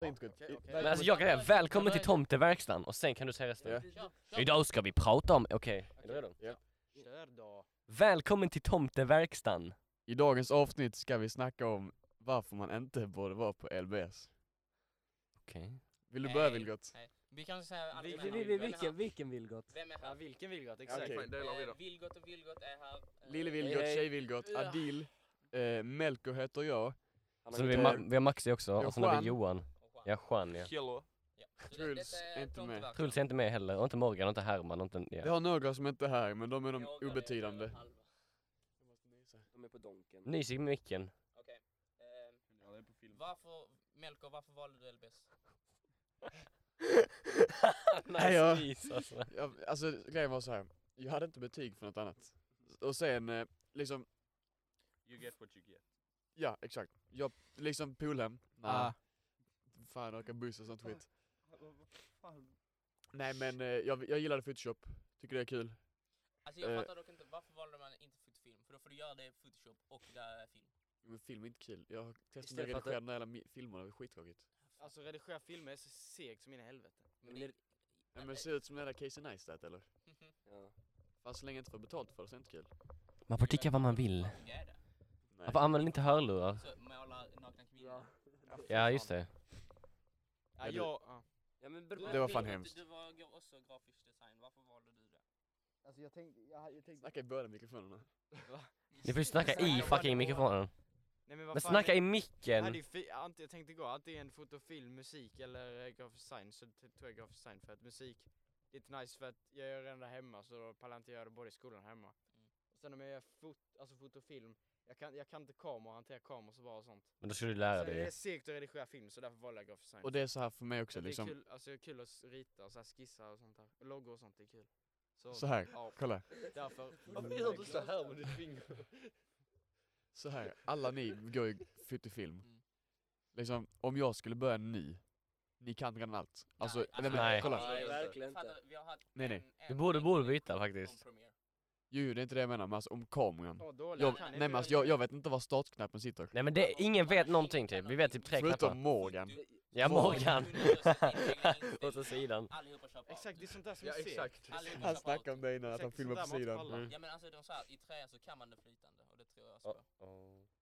introt. Men alltså jag kan säga, välkommen till tomteverkstan och sen kan du säga resten. Idag ska vi prata om, okej, är du redo? Ja. Kör då. Välkommen till tomteverkstan. I dagens avsnitt ska vi snacka om varför man inte borde vara på LBS. Okej. Vill du börja, Vilgot? Vi kan säga Vilken Vilgot? Vem är här? Ja, vilken Vilgot? Exakt. Okej. Vilgot och Vilgot är här. Lille Vilgot, Hej. tjej Vilgot, Adil, Melko heter jag, Så vi har Maxi också, och sen har vi Johan. Och Juan. Ja, Juan, ja. Hello. Ja. Truls Detta är inte med. tomteverkstan. Truls är inte med heller, och inte Morgan, och inte Herman, och inte... Vi Ja. har några som inte är här, men de är de Några obetydande. är halva. De är på donken. Nys i micken. Okej. Varför valde du LBS? Nej, ja. Nys, alltså. Alltså grejen var så här. Jag hade inte betyg för något annat. Och sen liksom, You get what you get. ja exakt. Jag liksom poolhem. Fan, åka buss och sånt skit. Nej men jag gillade Photoshop. Tycker det är kul. Alltså jag fattar dock inte, varför valde man inte fotofilm? För då får du göra det i Photoshop och där är film. Men film är inte kul. Jag har testat att Istället för att redigera några jävla filmer, det var skittråkigt. Alltså redigera filmer är så segt som in i helvete. Men det, Men det ser ut som den där Casey Neistat eller? Ja. Fast så länge jag inte får betalt för det så är det inte kul. Man får tycka vad man vill. är det. Nej. Man får använda inte hörlurar. Så måla nakna kvinnor. Ja, just det. Ja, ja. Ja, men Det var fan Vilgot, hemskt. Du var också grafisk design, varför valde du det? Alltså jag tänkte... Snacka i båda mikrofonerna. Ni får ju snacka i fucking mikrofonen. Nej men vad Men fan. snacka i Jag micken! hade ju jag tänkte gå antingen fotofilm, musik eller grafisk design, så tog jag grafisk design för att musik det är inte nice för att jag gör redan där hemma, så då pallar inte jag göra det både i skolan och hemma. Och sen om jag gör fotofilm, jag kan inte hantera kameror så bra och sånt. Men då ska du lära Sen är det dig. segt att redigera film, så därför valde jag grafisk design. Och det är så här för mig också det är liksom. kul, alltså kul att rita och så här skissa och sånt här. Loggor och sånt är kul. Så här, Ja, kolla. därför. Varför gör du så här med ditt finger? Så här, alla ni går ju fotofilm. Mm. Liksom, om jag skulle börja nu, ni kan redan allt. Alltså, nej, men, nej. kolla. Nej, verkligen inte. Vi har haft Nej. Du borde byta faktiskt. Jo, det är inte det jag menar, men alltså om kameran. Dåligt. Nej men alltså, jag vet inte var startknappen sitter. Nej men det, ingen vet någonting typ. Vi vet typ 3 knappar. Förutom Morgan. Ja, Morgan. Och så sidan. Allihopa köper. Exakt, det är sånt där som är segt. Allihopa Han köper snackade om det innan, att han Exakt, filmar på sånt där sidan. måste alla. Mm. Ja men alltså de så här, i trä så kan man det flytande och det tror jag så. Oh.